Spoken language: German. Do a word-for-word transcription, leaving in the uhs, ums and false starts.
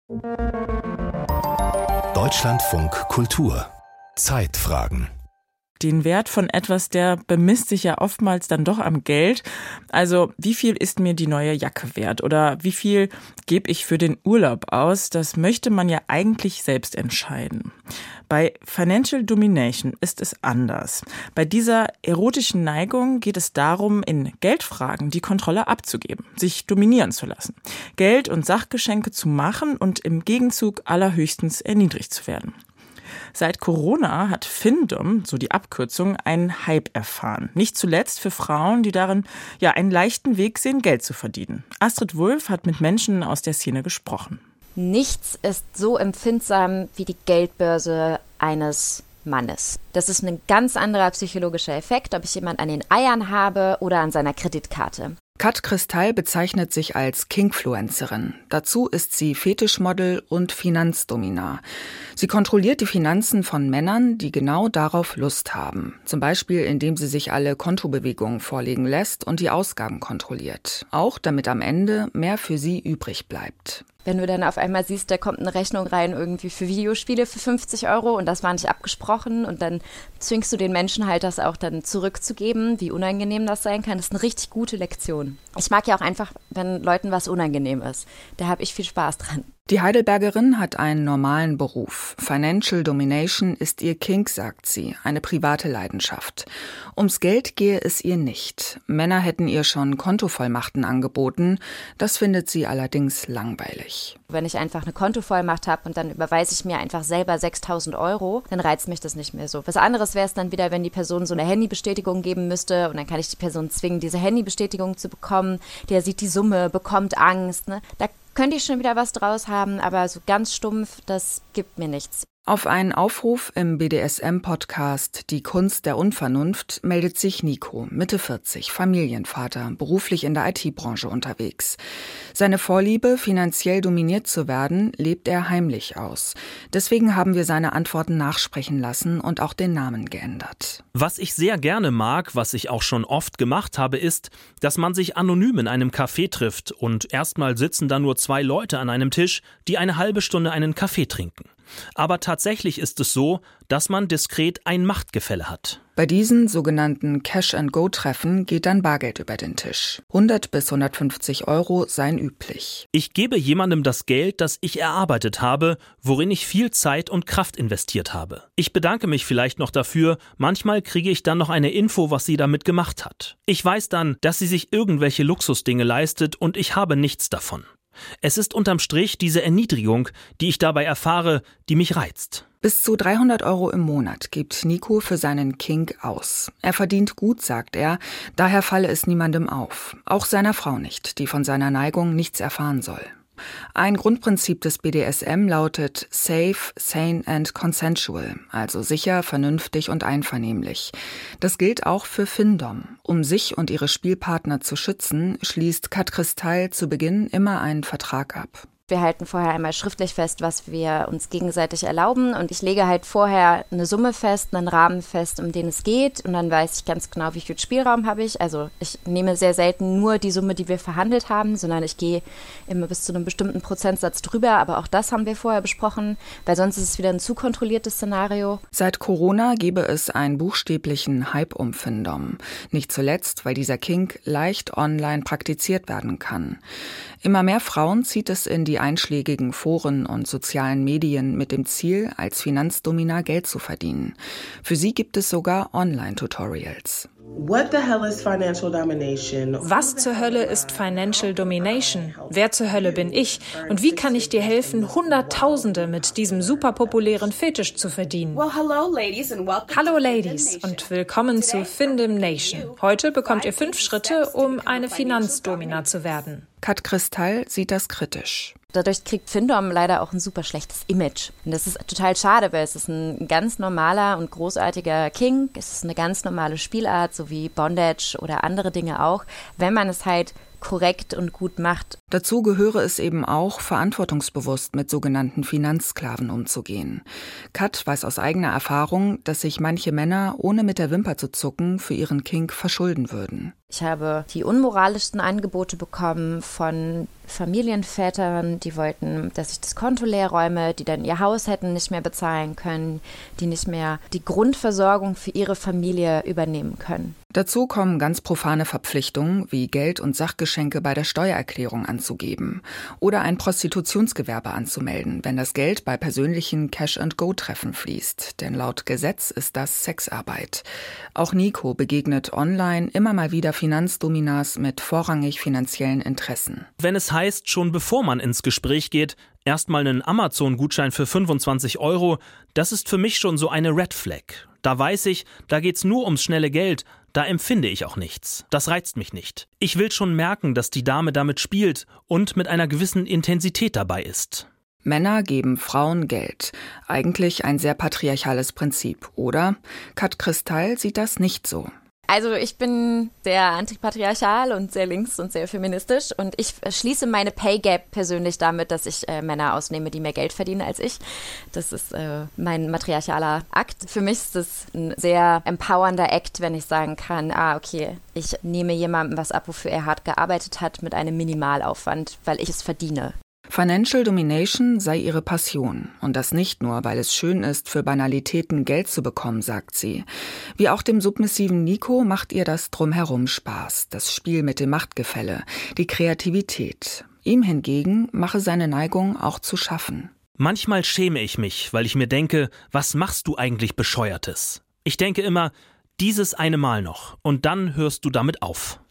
Deutschlandfunk Kultur. Zeitfragen. Den Wert von etwas, der bemisst sich ja oftmals dann doch am Geld. Also wie viel ist mir die neue Jacke wert oder wie viel gebe ich für den Urlaub aus? Das möchte man ja eigentlich selbst entscheiden. Bei Financial Domination ist es anders. Bei dieser erotischen Neigung geht es darum, in Geldfragen die Kontrolle abzugeben, sich dominieren zu lassen, Geld- und Sachgeschenke zu machen und im Gegenzug allerhöchstens erniedrigt zu werden. Seit Corona hat Findom, so die Abkürzung, einen Hype erfahren. Nicht zuletzt für Frauen, die darin ja einen leichten Weg sehen, Geld zu verdienen. Astrid Wulff hat mit Menschen aus der Szene gesprochen. Nichts ist so empfindsam wie die Geldbörse eines Mannes. Das ist ein ganz anderer psychologischer Effekt, ob ich jemanden an den Eiern habe oder an seiner Kreditkarte. Kat Kristall bezeichnet sich als Kingfluencerin. Dazu ist sie Fetischmodel und Finanzdominar. Sie kontrolliert die Finanzen von Männern, die genau darauf Lust haben. Zum Beispiel, indem sie sich alle Kontobewegungen vorlegen lässt und die Ausgaben kontrolliert. Auch damit am Ende mehr für sie übrig bleibt. Wenn du dann auf einmal siehst, da kommt eine Rechnung rein irgendwie für Videospiele für fünfzig Euro und das war nicht abgesprochen und dann zwingst du den Menschen halt, das auch dann zurückzugeben, wie unangenehm das sein kann. Das ist eine richtig gute Lektion. Ich mag ja auch einfach, wenn Leuten was unangenehm ist. Da habe ich viel Spaß dran. Die Heidelbergerin hat einen normalen Beruf. Financial Domination ist ihr Kink, sagt sie, eine private Leidenschaft. Ums Geld gehe es ihr nicht. Männer hätten ihr schon Kontovollmachten angeboten. Das findet sie allerdings langweilig. Wenn ich einfach eine Kontovollmacht habe und dann überweise ich mir einfach selber sechstausend Euro, dann reizt mich das nicht mehr so. Was anderes wäre es dann wieder, wenn die Person so eine Handybestätigung geben müsste und dann kann ich die Person zwingen, diese Handybestätigung zu bekommen. Der sieht die Summe, bekommt Angst. Ne? Da könnte ich schon wieder was draus haben, aber so ganz stumpf, das gibt mir nichts. Auf einen Aufruf im B D S M-Podcast Die Kunst der Unvernunft meldet sich Nico, Mitte vierzig, Familienvater, beruflich in der I T-Branche unterwegs. Seine Vorliebe, finanziell dominiert zu werden, lebt er heimlich aus. Deswegen haben wir seine Antworten nachsprechen lassen und auch den Namen geändert. Was ich sehr gerne mag, was ich auch schon oft gemacht habe, ist, dass man sich anonym in einem Café trifft und erstmal sitzen da nur zwei Leute an einem Tisch, die eine halbe Stunde einen Kaffee trinken. Aber tatsächlich ist es so, dass man diskret ein Machtgefälle hat. Bei diesen sogenannten Cash-and-Go-Treffen geht dann Bargeld über den Tisch. hundert bis hundertfünfzig Euro seien üblich. Ich gebe jemandem das Geld, das ich erarbeitet habe, worin ich viel Zeit und Kraft investiert habe. Ich bedanke mich vielleicht noch dafür, manchmal kriege ich dann noch eine Info, was sie damit gemacht hat. Ich weiß dann, dass sie sich irgendwelche Luxusdinge leistet und ich habe nichts davon. Es ist unterm Strich diese Erniedrigung, die ich dabei erfahre, die mich reizt. Bis zu dreihundert Euro im Monat gibt Nico für seinen Kink aus. Er verdient gut, sagt er, daher falle es niemandem auf. Auch seiner Frau nicht, die von seiner Neigung nichts erfahren soll. Ein Grundprinzip des B D S M lautet safe, sane and consensual, also sicher, vernünftig und einvernehmlich. Das gilt auch für Findom. Um sich und ihre Spielpartner zu schützen, schließt Kat Kristall zu Beginn immer einen Vertrag ab. Wir halten vorher einmal schriftlich fest, was wir uns gegenseitig erlauben und ich lege halt vorher eine Summe fest, einen Rahmen fest, um den es geht und dann weiß ich ganz genau, wie viel Spielraum habe ich. Also ich nehme sehr selten nur die Summe, die wir verhandelt haben, sondern ich gehe immer bis zu einem bestimmten Prozentsatz drüber, aber auch das haben wir vorher besprochen, weil sonst ist es wieder ein zu kontrolliertes Szenario. Seit Corona gebe es einen buchstäblichen Hype um Findom. Nicht zuletzt, weil dieser Kink leicht online praktiziert werden kann. Immer mehr Frauen zieht es in die einschlägigen Foren und sozialen Medien mit dem Ziel, als Finanzdominar Geld zu verdienen. Für sie gibt es sogar Online-Tutorials. What the hell is financial domination? Was zur Hölle ist Financial Domination? Wer zur Hölle bin ich? Und wie kann ich dir helfen, Hunderttausende mit diesem super populären Fetisch zu verdienen? Well, hello, ladies, and welcome Hallo to Ladies und willkommen zu Findom Nation. Heute bekommt ihr fünf Schritte, um eine Finanzdomina zu werden. Kat Kristall sieht das kritisch. Dadurch kriegt Findom leider auch ein super schlechtes Image. Und das ist total schade, weil es ist ein ganz normaler und großartiger Kink. Es ist eine ganz normale Spielart, so wie Bondage oder andere Dinge auch, wenn man es halt korrekt und gut macht. Dazu gehöre es eben auch, verantwortungsbewusst mit sogenannten Finanzsklaven umzugehen. Kat weiß aus eigener Erfahrung, dass sich manche Männer, ohne mit der Wimper zu zucken, für ihren Kink verschulden würden. Ich habe die unmoralischsten Angebote bekommen von Familienvätern, die wollten, dass ich das Konto leer räume, die dann ihr Haus hätten nicht mehr bezahlen können, die nicht mehr die Grundversorgung für ihre Familie übernehmen können. Dazu kommen ganz profane Verpflichtungen wie Geld- und Sachgeschenke bei der Steuererklärung anzugeben oder ein Prostitutionsgewerbe anzumelden, wenn das Geld bei persönlichen Cash-and-Go-Treffen fließt. Denn laut Gesetz ist das Sexarbeit. Auch Nico begegnet online immer mal wieder Finanzdominas mit vorrangig finanziellen Interessen. Wenn es heißt, schon bevor man ins Gespräch geht, erstmal einen Amazon-Gutschein für fünfundzwanzig Euro, das ist für mich schon so eine Red Flag. Da weiß ich, da geht's nur ums schnelle Geld, da empfinde ich auch nichts. Das reizt mich nicht. Ich will schon merken, dass die Dame damit spielt und mit einer gewissen Intensität dabei ist. Männer geben Frauen Geld. Eigentlich ein sehr patriarchales Prinzip, oder? Kat Kristall sieht das nicht so. Also ich bin sehr antipatriarchal und sehr links und sehr feministisch und ich schließe meine Pay Gap persönlich damit, dass ich äh, Männer ausnehme, die mehr Geld verdienen als ich. Das ist äh, mein matriarchaler Akt. Für mich ist es ein sehr empowernder Act, wenn ich sagen kann, ah okay, ich nehme jemandem was ab, wofür er hart gearbeitet hat, mit einem Minimalaufwand, weil ich es verdiene. Financial Domination sei ihre Passion. Und das nicht nur, weil es schön ist, für Banalitäten Geld zu bekommen, sagt sie. Wie auch dem submissiven Nico macht ihr das Drumherum Spaß. Das Spiel mit dem Machtgefälle, die Kreativität. Ihm hingegen mache seine Neigung auch zu schaffen. Manchmal schäme ich mich, weil ich mir denke, was machst du eigentlich Bescheuertes? Ich denke immer, dieses eine Mal noch und dann hörst du damit auf.